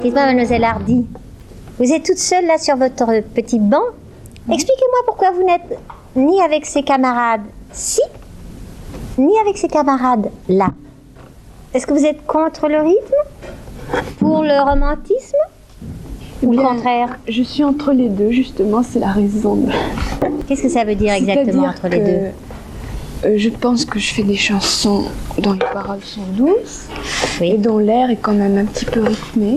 Dites-moi, mademoiselle Hardy, vous êtes toute seule là sur votre petit banc. Expliquez-moi pourquoi vous n'êtes ni avec ses camarades-ci, ni avec ses camarades-là. Est-ce que vous êtes contre le rythme? Pour le romantisme? Ou le contraire? Je suis entre les deux, justement, c'est la raison. Qu'est-ce que ça veut dire exactement entre les deux? Je pense que je fais des chansons dont les paroles sont douces, Oui. et dont l'air est quand même un petit peu rythmé.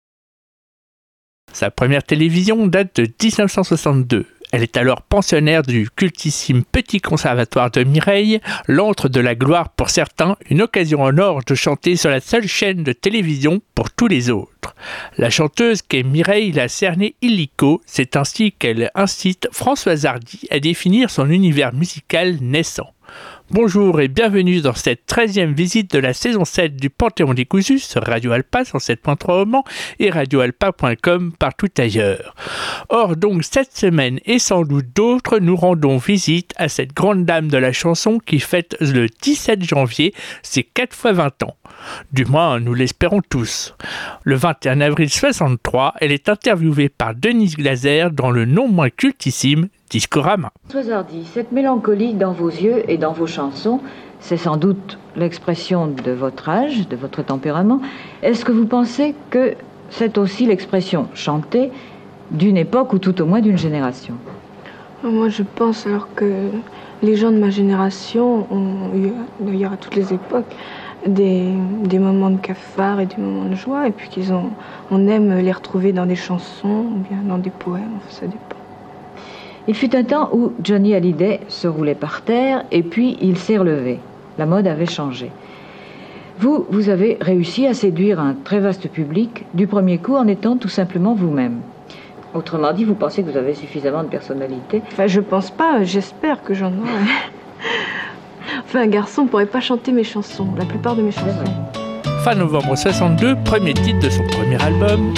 Sa première télévision date de 1962. Elle est alors pensionnaire du cultissime Petit Conservatoire de Mireille, l'antre de la gloire pour certains, une occasion en or de chanter sur la seule chaîne de télévision pour tous les autres. La chanteuse qu'est Mireille la Cernée illico, c'est ainsi qu'elle incite Françoise Hardy à définir son univers musical naissant. Bonjour et bienvenue dans cette 13e visite de la saison 7 du Panthéon décousu sur Radio Alpa 107.3 au Mans et radioalpa.com partout ailleurs. Or donc cette semaine et sans doute d'autres, nous rendons visite à cette grande dame de la chanson qui fête le 17 janvier ses 4 fois 20 ans. Du moins, nous l'espérons tous. Le 21 avril 63, elle est interviewée par Denise Glaser dans le non moins cultissime Discorama. Françoise Hardy, cette mélancolie dans vos yeux et dans vos chansons, c'est sans doute l'expression de votre âge, de votre tempérament. Est-ce que vous pensez que c'est aussi l'expression chantée d'une époque ou tout au moins d'une génération? Moi, je pense alors que les gens de ma génération ont eu, d'ailleurs à toutes les époques, des moments de cafard et des moments de joie, et puis on aime les retrouver dans des chansons ou bien dans des poèmes, ça dépend. Il fut un temps où Johnny Hallyday se roulait par terre et puis il s'est relevé. La mode avait changé. Vous avez réussi à séduire un très vaste public du premier coup en étant tout simplement vous-même. Autrement dit, vous pensez que vous avez suffisamment de personnalité? Enfin, je pense pas, j'espère que j'en aurai. Enfin, un garçon ne pourrait pas chanter mes chansons, la plupart de mes chansons. Fin novembre 62, premier titre de son premier album.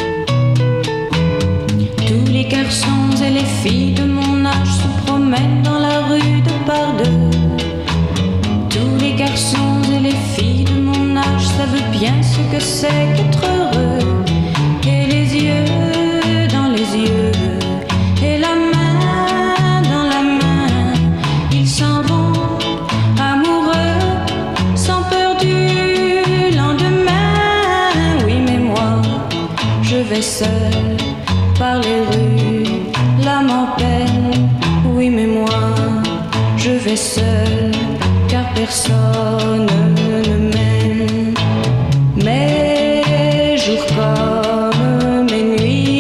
Tous les garçons et les filles de mon âge se promènent dans la rue de par deux. Tous les garçons et les filles de mon âge savent bien ce que c'est qu'être heureux. Et les yeux dans les yeux, et la main dans la main, ils s'en vont amoureux, sans peur du lendemain. Oui, mais moi, je vais seule par les rues, l'âme en peine. Oui, mais moi, je vais seule, car personne ne m'aime. Mes jours comme mes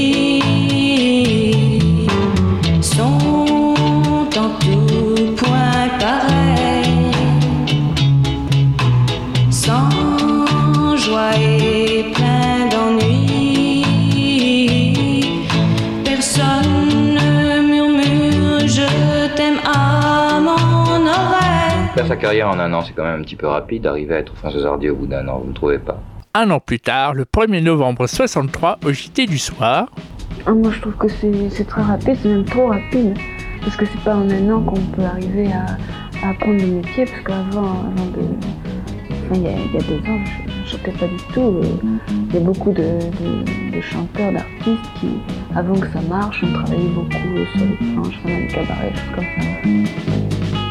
nuits sont en tout point pareils, sans joie et plein d'ennui. Personne ne murmure je t'aime à mon oreille. Faire sa carrière en un an, c'est quand même un petit peu rapide. D'arriver à être Françoise Hardy au bout d'un an, vous ne trouvez pas? Un an plus tard, le 1er novembre 63, au JT du soir. Moi, je trouve que c'est très rapide, c'est même trop rapide. Parce que c'est pas en un an qu'on peut arriver à apprendre le métier. Parce qu'avant il y a 2 ans, je chantais pas du tout. Il y a beaucoup de chanteurs, d'artistes qui, avant que ça marche, ont travaillé beaucoup sur les planches, dans les cabarets, des choses comme ça.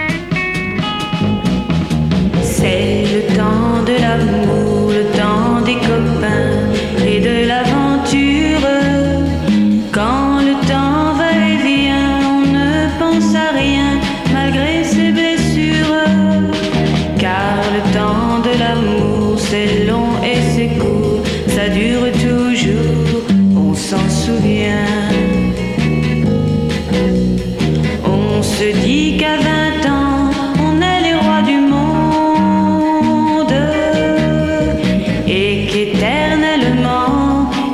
C'est le temps de l'amour, le temps des copains et de l'aventure. Quand le temps va et vient, on ne pense à rien malgré ses blessures. Car le temps de l'amour, c'est long et c'est court, ça dure toujours, on s'en souvient. On se dit qu'à 20 ans, on est les rois du monde et qu'éternellement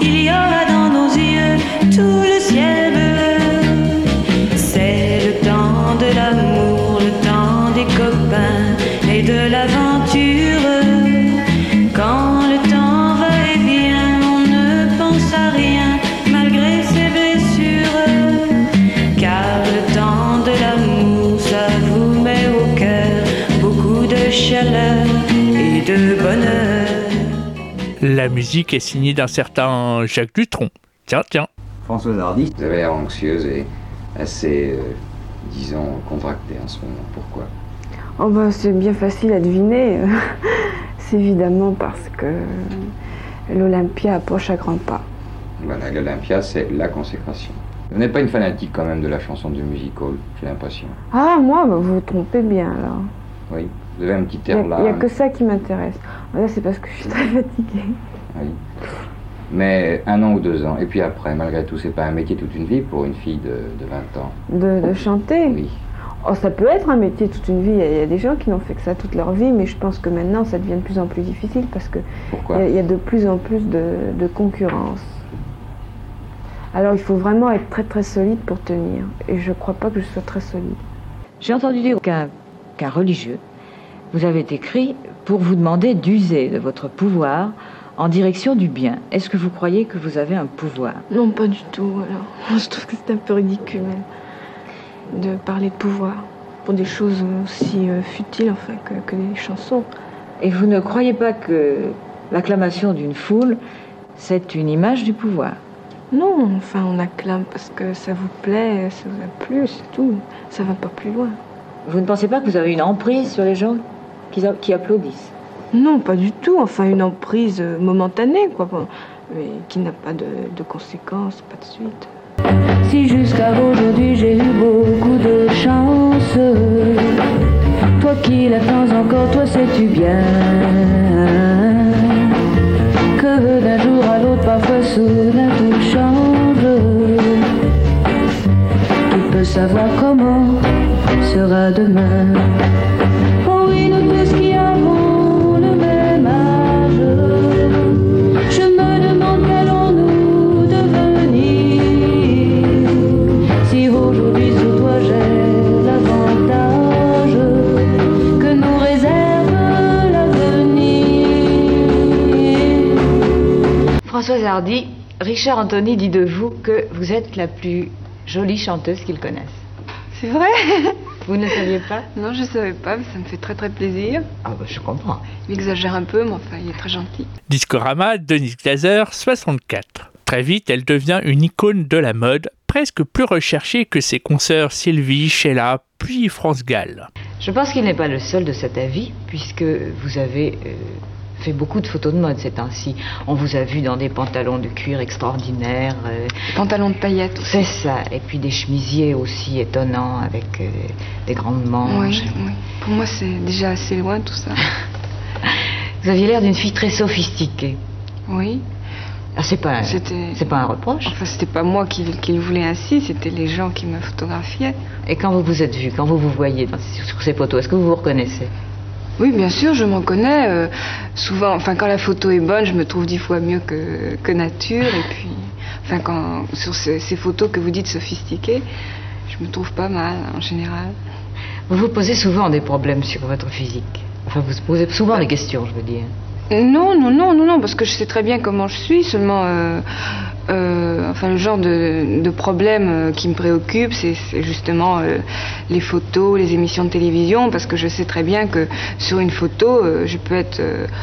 la musique est signée d'un certain Jacques Dutronc. Tiens. Françoise Hardy. Vous avez l'air anxieuse et assez, disons, contractée en ce moment. Pourquoi ? Oh bah, c'est bien facile à deviner. C'est évidemment parce que l'Olympia approche à grands pas. Voilà, l'Olympia, c'est la consécration. Vous n'êtes pas une fanatique quand même de la chanson du music hall, j'ai l'impression. Ah, moi, bah, vous vous trompez bien alors. Oui, vous avez un petit air là. Il n'y a que ça qui m'intéresse. Là, c'est parce que je suis très fatiguée. Oui. Mais 1 an ou 2 ans, et puis après, malgré tout, c'est pas un métier toute une vie pour une fille de 20 ans. De chanter ? Oui. Oh, ça peut être un métier toute une vie. Il y a des gens qui n'ont fait que ça toute leur vie, mais je pense que maintenant, ça devient de plus en plus difficile parce que il y a de plus en plus de concurrence. Alors, il faut vraiment être très très solide pour tenir. Et je ne crois pas que je sois très solide. J'ai entendu dire qu'un religieux vous avait écrit pour vous demander d'user de votre pouvoir en direction du bien. Est-ce que vous croyez que vous avez un pouvoir ? Non, pas du tout. Alors, je trouve que c'est un peu ridicule même de parler de pouvoir pour des choses aussi futiles enfin, que les chansons. Et vous ne croyez pas que l'acclamation d'une foule, c'est une image du pouvoir ? Non, enfin on acclame parce que ça vous plaît, ça vous a plu, c'est tout. Ça va pas plus loin. Vous ne pensez pas que vous avez une emprise sur les gens qui applaudissent ? Non, pas du tout. Enfin une emprise momentanée, quoi. Mais qui n'a pas de conséquences, pas de suite. Si jusqu'à aujourd'hui j'ai eu beaucoup de chance, toi qui l'attends encore, toi sais-tu bien que d'un jour à l'autre parfois soudain tout change. Qui peut savoir comment sera demain? Oh oui, nous tous qui avons le même âge, je me demande qu'allons-nous devenir si aujourd'hui sur toi j'ai l'avantage que nous réserve l'avenir. Françoise Hardy, Richard Anthony dit de vous que vous êtes la plus jolie chanteuse qu'il connaisse. C'est vrai? Vous ne saviez pas? Non, je savais pas, mais ça me fait très très plaisir. Ah bah je comprends. Il exagère un peu, mais enfin, il est très gentil. Discorama, Denise Glaser, 64. Très vite, elle devient une icône de la mode, presque plus recherchée que ses consoeurs Sylvie, Sheila, puis France Gall. Je pense qu'il n'est pas le seul de cet avis, puisque vous avez fait beaucoup de photos de mode ces temps-ci. On vous a vu dans des pantalons de cuir extraordinaires. Pantalons de paillettes. C'est ça, et puis des chemisiers aussi étonnants avec des grandes manches. Oui, oui. Pour moi, c'est déjà assez loin tout ça. Vous aviez l'air d'une fille très sophistiquée. Oui. Ah, c'est pas un reproche. Enfin, c'était pas moi qui le voulais ainsi, c'était les gens qui me photographiaient. Et quand vous vous êtes vu, quand vous vous voyez sur ces photos, est-ce que vous vous reconnaissez? Oui, bien sûr, je m'en connais. Souvent, enfin, quand la photo est bonne, je me trouve 10 fois mieux que nature. Et puis, enfin, sur ces photos que vous dites sophistiquées, je me trouve pas mal, en général. Vous vous posez souvent des problèmes sur votre physique. Enfin, vous posez souvent des questions, je veux dire. Non, parce que je sais très bien comment je suis, seulement, enfin, le genre de problème qui me préoccupe, c'est justement les photos, les émissions de télévision, parce que je sais très bien que sur une photo, je peux être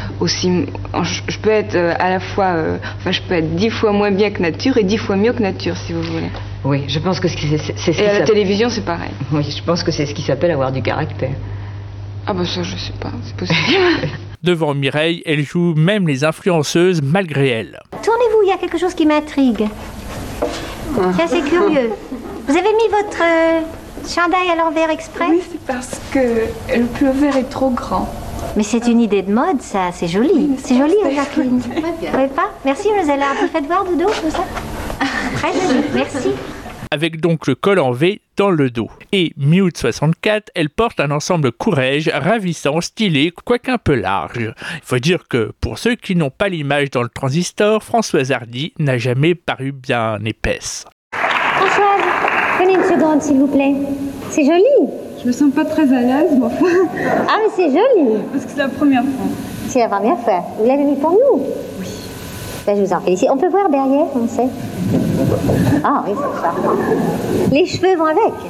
à la fois, enfin, je peux être 10 fois moins bien que nature et 10 fois mieux que nature, si vous voulez. Oui, je pense que c'est ce Et à la télévision, c'est pareil. Oui, je pense que c'est ce qui s'appelle avoir du caractère. Ah bah ça, je sais pas, c'est possible. Devant Mireille, elle joue même les influenceuses malgré elle. Tournez-vous, il y a quelque chose qui m'intrigue. C'est assez curieux. Vous avez mis votre chandail à l'envers exprès? Oui, c'est parce que le pullover est trop grand. Mais c'est une idée de mode, ça, c'est joli. Oui, c'est joli, Jacqueline. Vous trouvez pas? Merci, Mademoiselle Hardy. Faites voir du dos, tout ça. Très joli, merci. Avec donc le col en V dans le dos. Et mi-août 64, elle porte un ensemble courrège, ravissant, stylé, quoique un peu large. Il faut dire que, pour ceux qui n'ont pas l'image dans le transistor, Françoise Hardy n'a jamais paru bien épaisse. Françoise, venez une seconde, s'il vous plaît. C'est joli. Je me sens pas très à l'aise, mais enfin... Ah, mais c'est joli. Parce que c'est la première fois. C'est la première fois. Vous l'avez mis pour nous? Oui. Ben, je vous en félicite. On peut voir derrière, on sait. Ah oui, c'est ça. Les cheveux vont avec.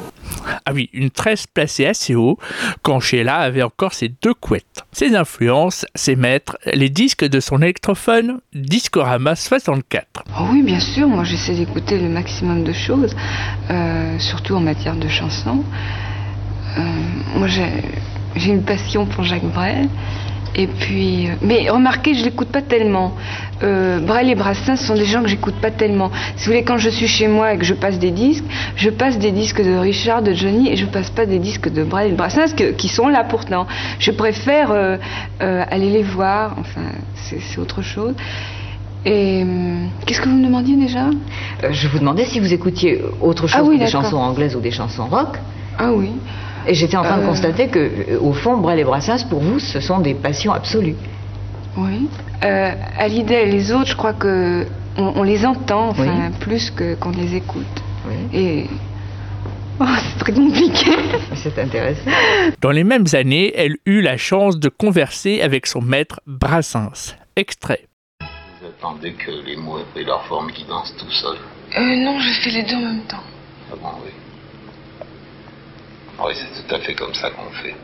Ah oui, une tresse placée assez haut, quand Sheila avait encore ses 2 couettes. Ses influences, ses maîtres, les disques de son électrophone, Discorama 64. Oh oui, bien sûr, moi j'essaie d'écouter le maximum de choses, surtout en matière de chansons. Moi j'ai une passion pour Jacques Brel. Et puis, mais remarquez, je l'écoute pas tellement. Brel et Brassens sont des gens que j'écoute pas tellement. Si vous voulez, quand je suis chez moi et que je passe des disques de Richard, de Johnny, et je passe pas des disques de Brel et de Brassens qui sont là pourtant. Je préfère aller les voir. Enfin, c'est autre chose. Et qu'est-ce que vous me demandiez déjà ? Je vous demandais si vous écoutiez autre chose que des chansons anglaises ou des chansons rock. Ah oui. Et j'étais en train de constater que, au fond, Brel et Brassens, pour vous, ce sont des passions absolues. Oui. Hallyday et les autres, je crois que on les entend, enfin, plus qu'on les écoute. Oui. Et c'est très compliqué. C'est intéressant. Dans les mêmes années, elle eut la chance de converser avec son maître Brassens. Extrait. Vous attendez que les mots aient pris leur forme qui dansent tout seuls? Non, je fais les deux en même temps. Ah bon, oui. Oui, c'est tout à fait comme ça qu'on fait.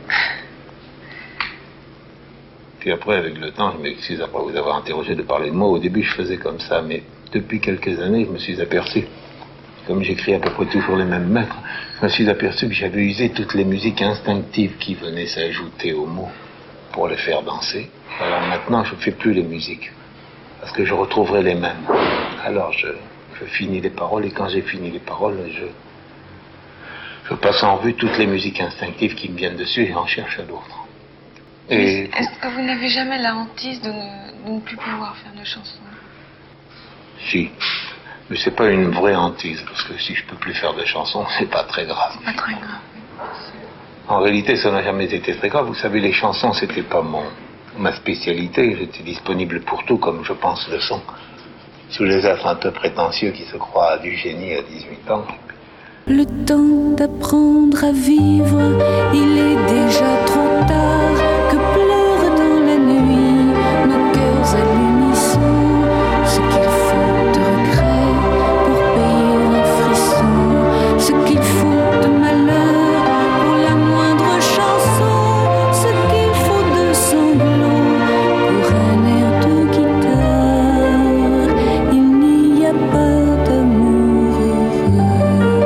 Puis après, avec le temps, je m'excuse après vous avoir interrogé de parler de moi. Au début, je faisais comme ça, mais depuis quelques années, je me suis aperçu, comme j'écris à peu près toujours les mêmes maîtres, je me suis aperçu que j'avais usé toutes les musiques instinctives qui venaient s'ajouter aux mots pour les faire danser. Alors maintenant, je ne fais plus les musiques, parce que je retrouverai les mêmes. Alors je finis les paroles, et quand j'ai fini les paroles, je passe en vue toutes les musiques instinctives qui me viennent dessus et j'en cherche d'autres. Et est-ce que vous n'avez jamais la hantise de ne plus pouvoir faire de chansons? si, mais c'est pas une vraie hantise, parce que si je peux plus faire de chansons, c'est pas très grave. Pas très grave. En réalité, ça n'a jamais été très grave. Vous savez, les chansons, c'était pas ma spécialité. J'étais disponible pour tout, comme je pense le son. Sous les êtres un peu prétentieux qui se croient du génie à 18 ans. Le temps d'apprendre à vivre, il est déjà trop tard. Que pleurent dans la nuit nos cœurs à l'unisson. Ce qu'il faut de regret pour payer un frisson. Ce qu'il faut de malheur pour la moindre chanson. Ce qu'il faut de sanglots pour un air de guitare. Il n'y a pas d'amour heureux.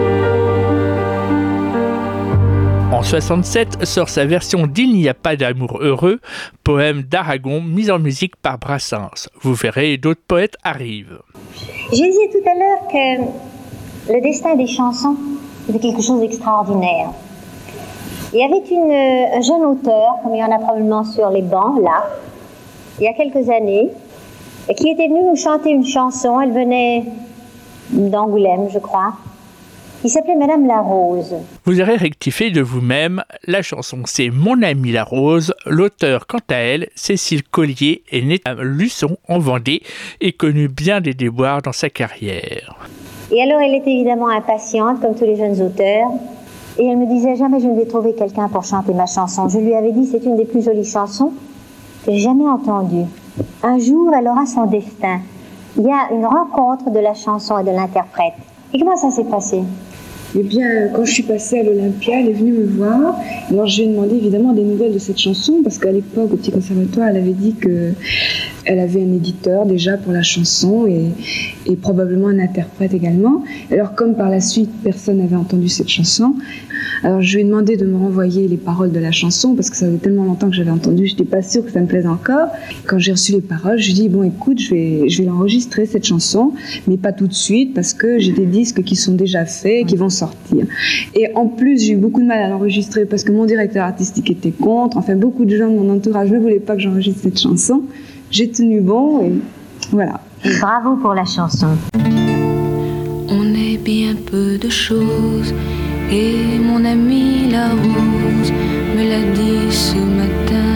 En 67 sort sa version d'Il n'y a pas d'amour heureux, poème d'Aragon mis en musique par Brassens. Vous verrez, d'autres poètes arrivent. Je disais tout à l'heure que le destin des chansons était quelque chose d'extraordinaire. Il y avait un jeune auteur, comme il y en a probablement sur les bancs, là, il y a quelques années, qui était venue nous chanter une chanson. Elle venait d'Angoulême, je crois. Il s'appelait Madame la Rose. Vous aurez rectifié de vous-même, la chanson c'est Mon amie la Rose. L'auteur, quant à elle, Cécile Collier, est née à Luçon, en Vendée, et connut bien des déboires dans sa carrière. Et alors elle était évidemment impatiente, comme tous les jeunes auteurs, et elle me disait jamais je ne vais trouver quelqu'un pour chanter ma chanson. Je lui avais dit c'est une des plus jolies chansons que j'ai jamais entendues. Un jour elle aura son destin. Il y a une rencontre de la chanson et de l'interprète. Et comment ça s'est passé ? Eh bien, quand je suis passée à l'Olympia, elle est venue me voir. Alors, je lui ai demandé évidemment des nouvelles de cette chanson, parce qu'à l'époque, au Petit Conservatoire, elle avait dit qu'elle avait un éditeur déjà pour la chanson et probablement un interprète également. Alors, comme par la suite, personne n'avait entendu cette chanson, alors je lui ai demandé de me renvoyer les paroles de la chanson, parce que ça faisait tellement longtemps que j'avais entendu, je n'étais pas sûre que ça me plaise encore. Quand j'ai reçu les paroles, je lui ai dit, bon, écoute, je vais l'enregistrer, cette chanson, mais pas tout de suite, parce que j'ai des disques qui sont déjà faits et qui vont sortir. Et en plus, j'ai eu beaucoup de mal à l'enregistrer parce que mon directeur artistique était contre. Enfin, beaucoup de gens de mon entourage ne voulaient pas que j'enregistre cette chanson. J'ai tenu bon et voilà. Et bravo pour la chanson. On est bien peu de choses et mon amie la rose me l'a dit ce matin.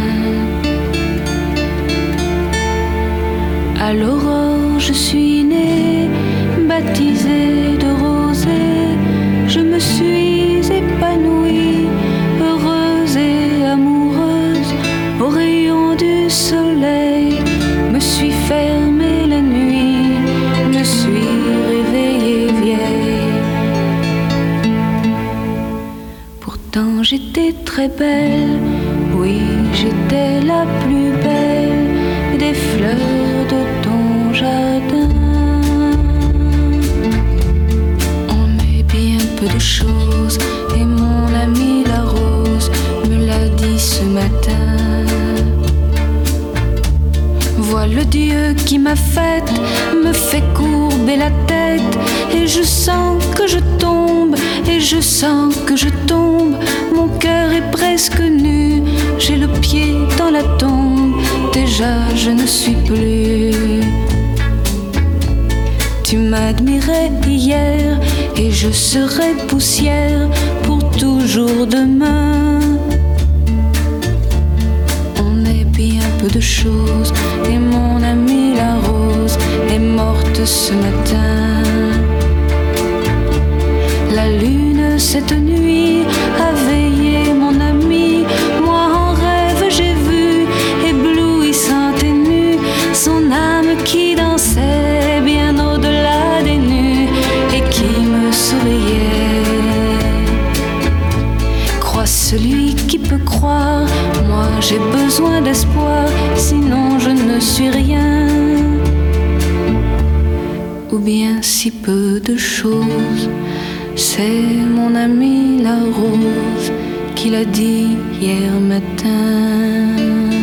À l'aurore, je suis née, baptisée de rosée. Je me suis épanouie, heureuse et amoureuse. Au rayon du soleil, me suis fermée la nuit, me suis réveillée vieille. j'étais très belle, oui, j'étais la plus belle des fleurs de ton jardin. On est bien peu de choses, et mon amie la rose me l'a dit ce matin. Vois le Dieu qui m'a faite, me fait courber la tête, et je sens que je tombe, et je sens que je tombe. Mon cœur est presque nu, j'ai le pied dans la tombe, déjà je ne suis plus. Tu m'admirais hier, et je serai poussière pour toujours demain. On est bien peu de choses, et mon amie la rose est morte ce matin. La lune cette nuit a veillé mon ami, moi en rêve j'ai vu, éblouissante et nue, son âme qui dansait bien au-delà des nues et qui me souriait. Crois celui qui peut croire, moi j'ai besoin d'espoir, sinon je ne suis rien. Ou bien si peu de choses, c'est mon amie la rose qui l'a dit hier matin.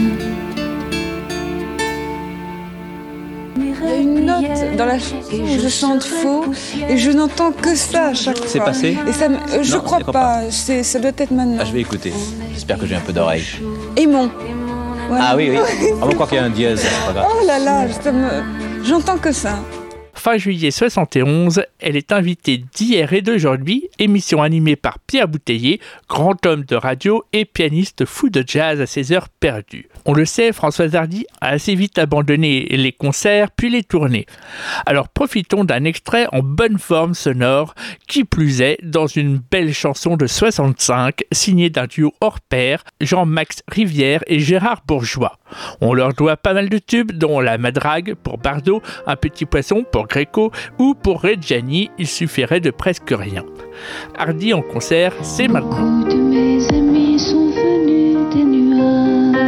Il y a une note dans la chanson où je chante faux et je n'entends que ça à chaque fois. C'est passé et ça, je Non, crois pas. Ça doit être maintenant. Ah, je vais écouter. J'espère que j'ai un peu d'oreille. Aimons. Voilà. Ah oui, oui. Ah, on croit qu'il y a un dièse, c'est pas grave. Oh là là, j'entends que ça. Fin juillet 71, elle est invitée d'hier et d'aujourd'hui, émission animée par Pierre Bouteiller, grand homme de radio et pianiste fou de jazz à ses heures perdues. On le sait, Françoise Hardy a assez vite abandonné les concerts puis les tournées. Alors profitons d'un extrait en bonne forme sonore, qui plus est dans une belle chanson de 65, signée d'un duo hors pair, Jean-Max Rivière et Gérard Bourgeois. On leur doit pas mal de tubes, dont La Madrague pour Bardot, Un petit poisson pour Gréco ou pour Reggiani, il suffirait de presque rien. Hardy en concert, c'est maintenant. Beaucoup de mes amis sont venus des nuages,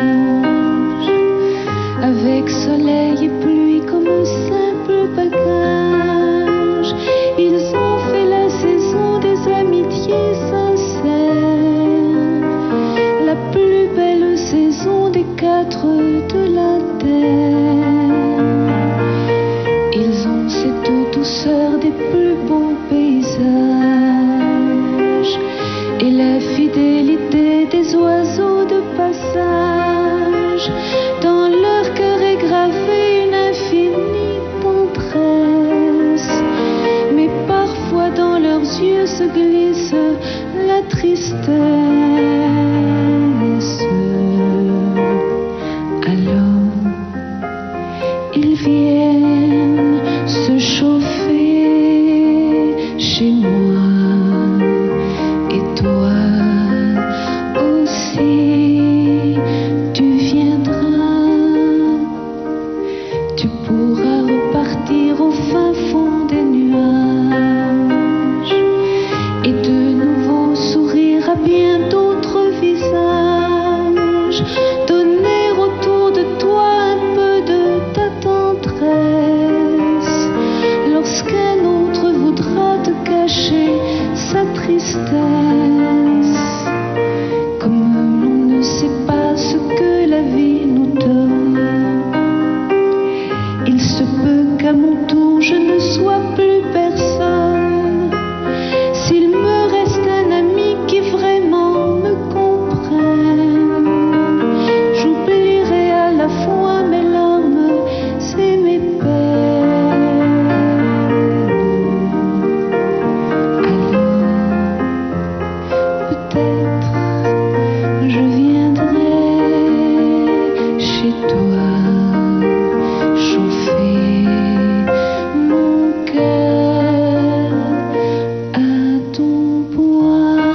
avec soleil et pluie comme un simple bagage. Ils ont fait la saison des amitiés sincères, la plus belle saison des quatre de la terre. Ils ont cette douceur des plus beaux paysages et la fidélité des oiseaux de passage. Dans leur cœur est gravée une infinie tendresse, mais parfois dans leurs yeux se glisse la tristesse. Alors ils viennent se chauffer chez moi, et toi aussi tu viendras. Tu pourras repartir au fin fond des nuages et de nouveau sourire à bien d'autres visages. Donner autour de toi un peu de ta tendresse lorsqu'un autre voudra te cacher sa tristesse. Comme l'on ne sait pas ce que la vie nous donne, il se peut qu'à mon tour je ne sois plus personne. S'il me reste un ami qui vraiment me comprenne, j'oublierai à la fois mes larmes et mes peines. Alors peut-être je viendrai chez toi, chauffer mon cœur à ton poing.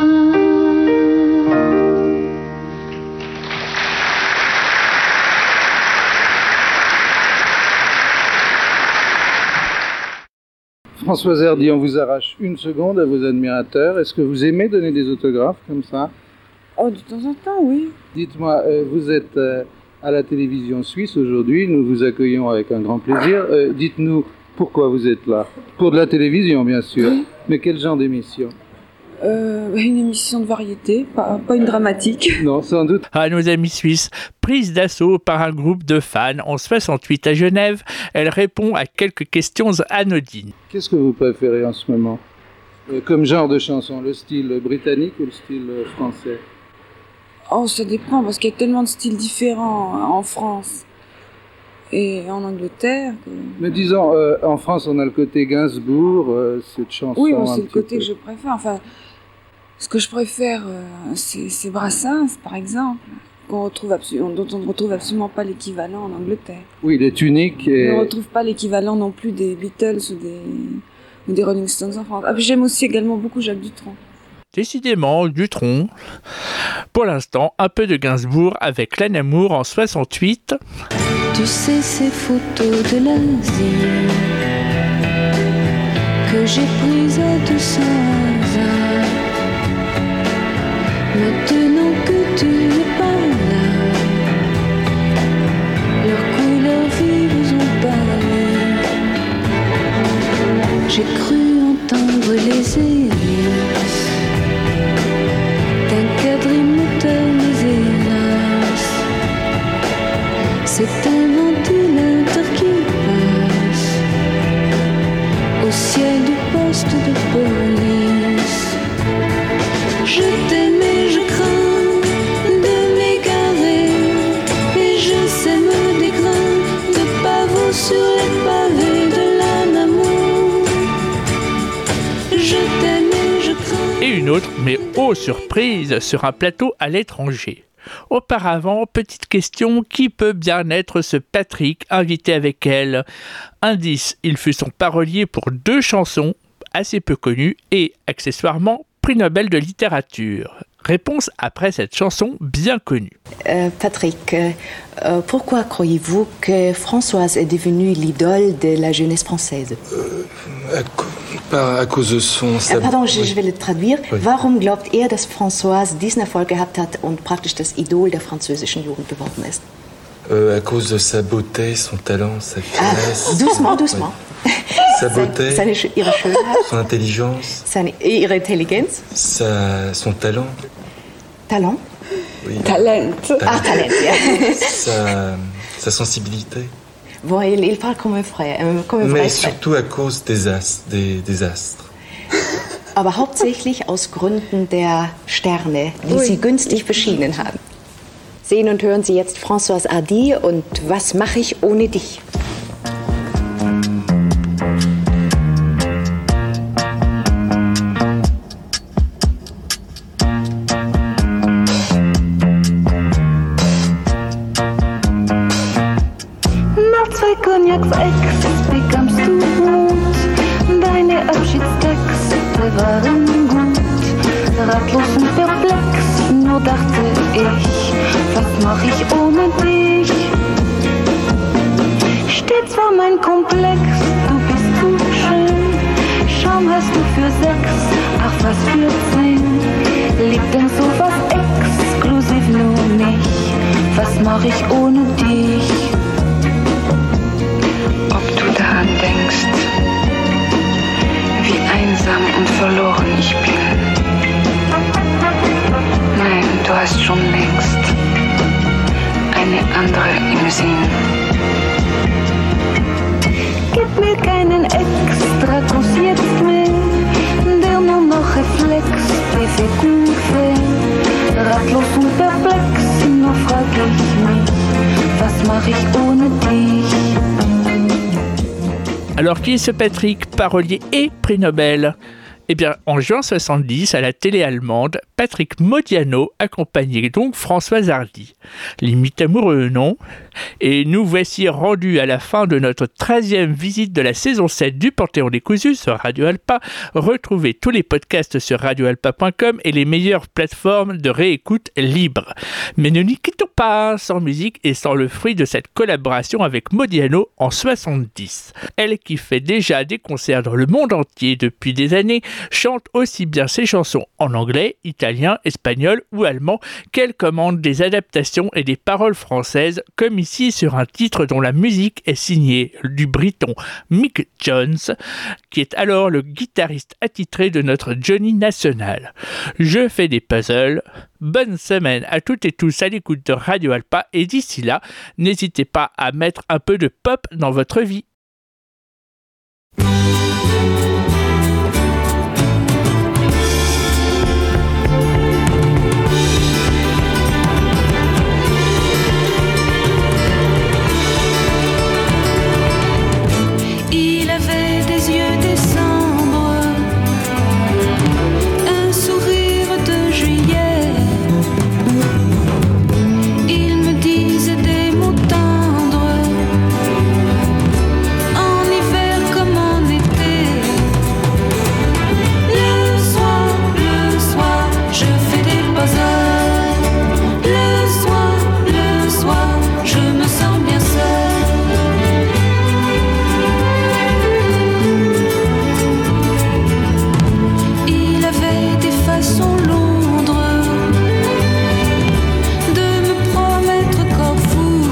Françoise Hardy, on vous arrache une seconde à vos admirateurs. Est-ce que vous aimez donner des autographes comme ça? Oh, de temps en temps, oui. Dites-moi, vous êtes à la télévision suisse aujourd'hui, nous vous accueillons avec un grand plaisir. Dites-nous pourquoi vous êtes là. Pour de la télévision, bien sûr. Oui. Mais quel genre d'émission ? Une émission de variété, pas une dramatique. Non, sans doute. À nos amis suisses, prise d'assaut par un groupe de fans en 68 à Genève, elle répond à quelques questions anodines. Qu'est-ce que vous préférez en ce moment ? Comme genre de chanson, le style britannique ou le style français ? Oh, ça dépend, parce qu'il y a tellement de styles différents en France et en Angleterre. Mais disons, en France, on a le côté Gainsbourg, cette chanson... Oui, c'est le côté que je préfère. Enfin, ce que je préfère, c'est Brassens, par exemple, dont on ne retrouve absolument pas l'équivalent en Angleterre. Oui, il est unique. Et... On ne retrouve pas l'équivalent non plus des Beatles ou des Rolling Stones en France. Ah, puis j'aime aussi également beaucoup Jacques Dutronc. Décidément, Dutronc. Pour l'instant, un peu de Gainsbourg avec L'Amour en 68. Tu sais ces photos de l'Asie que j'ai prises à 200 ans. Maintenant que tu n'es pas là, leurs couleurs vives ont pâli. J'ai cru entendre les hélices d'un quadrimoteur, mais hélas, c'est un ventilateur qui passe au ciel du poste de police. Je t'aimais, je crains de m'égarer, et je sème des grains de pavots sur les pavés de l'amour. Je t'aimais, je crains. Et une autre, mais oh surprise, sur un plateau à l'étranger. Auparavant, petite question, qui peut bien être ce Patrick invité avec elle ? Indice, il fut son parolier pour 2 chansons assez peu connues et, accessoirement, prix Nobel de littérature. Réponse après cette chanson bien connue. Patrick, pourquoi croyez-vous que Françoise est devenue l'idole de la jeunesse française ? À cause de son... Pardon, je vais le traduire. Oui. Warum glaubt dass Françoise diesen Erfolg gehabt hat und praktisch das Idol der französischen Jugend geworden ist? À cause de sa beauté, son talent, sa finesse. Doucement. Oui. Sa beauté, ihre Schönheit, son intelligence, ihre Intelligenz, son talent. Talent? Oui. Talent. Talent, ja. Sa sensibilité. Bon, il parle comme un frère. Mais surtout à cause des astres. Aber hauptsächlich aus Gründen der Sterne, die sie günstig beschienen haben. Sehen und hören Sie jetzt Françoise Hardy und Was mache ich ohne dich? Cognac Ex bekamst du Mut, deine Abschiedstexte waren gut, ratlos und perplex, nur dachte ich, was mach ich ohne dich? Stets war mein Komplex, du bist zu schön, Schaum hast du für 6, ach was für 10, liegt denn sowas exklusiv nur mich, was mach ich ohne dich? Daran denkst, wie einsam und verloren ich bin. Nein, du hast schon längst eine andere im Sinn. Gib mir keinen Extrakuss jetzt mehr, der nur noch reflext, wie Sekunden fehlen. Ratlos und perplex, nur frag ich mich, was mach ich ohne dich? Alors qui est ce Patrick, parolier et prix Nobel ? Eh bien, en juin 70, à la télé allemande, Patrick Modiano accompagnait donc Françoise Hardy. Limite amoureux, non ? Et nous voici rendus à la fin de notre 13e visite de la saison 7 du Panthéon décousu sur Radio Alpa. Retrouvez tous les podcasts sur radioalpa.com et les meilleures plateformes de réécoute libre. Mais ne nous quittons pas sans musique et sans le fruit de cette collaboration avec Modiano en 70. Elle qui fait déjà des concerts dans le monde entier depuis des années, chante aussi bien ses chansons en anglais, italien italien, espagnol ou allemand qu'elle commande des adaptations et des paroles françaises, comme ici sur un titre dont la musique est signée du Briton Mick Jones, qui est alors le guitariste attitré de notre Johnny national. Je fais des puzzles. Bonne semaine à toutes et tous à l'écoute de Radio Alpa et d'ici là, n'hésitez pas à mettre un peu de pop dans votre vie. Il avait des yeux décembre, un sourire de juillet. Il me disait des mots tendres, en hiver comme en été. Le soir, je fais des puzzles. Le soir, je me sens bien seule. Il avait des façons Londres de me promettre Corfou,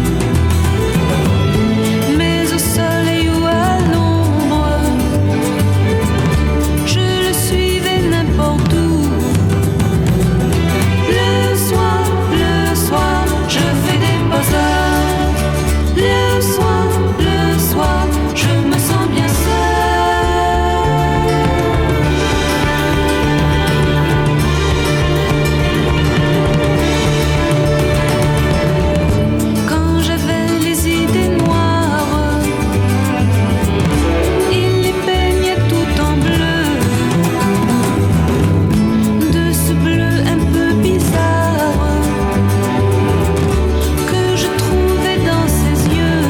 mais au soleil ou à l'ombre, je le suivais n'importe où. Le soir, je fais des puzzles. Le soir, je me sens bien seule. Quand j'avais les idées noires, il les peignait tout en bleu, de ce bleu un peu bizarre que je trouvais dans ses yeux.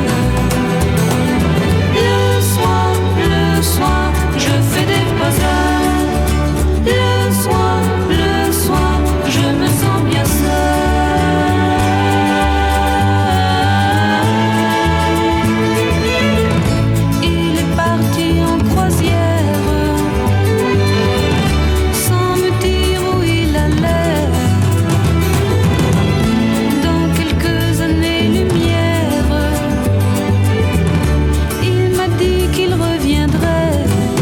Le soir, je fais des puzzles. Le soir, je me sens bien seule. Il est parti en croisière sans me dire où il allait. Dans quelques années-lumière, il m'a dit qu'il reviendrait.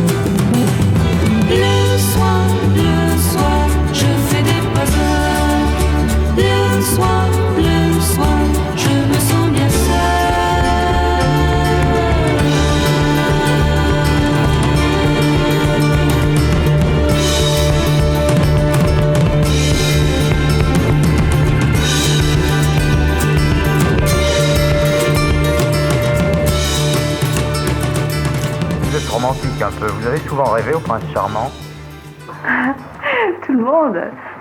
Le soir, je fais des puzzles. Le soir, je me sens bien seule. Vous êtes romantique un peu. Vous avez souvent rêvé au prince charmant? Tout le monde.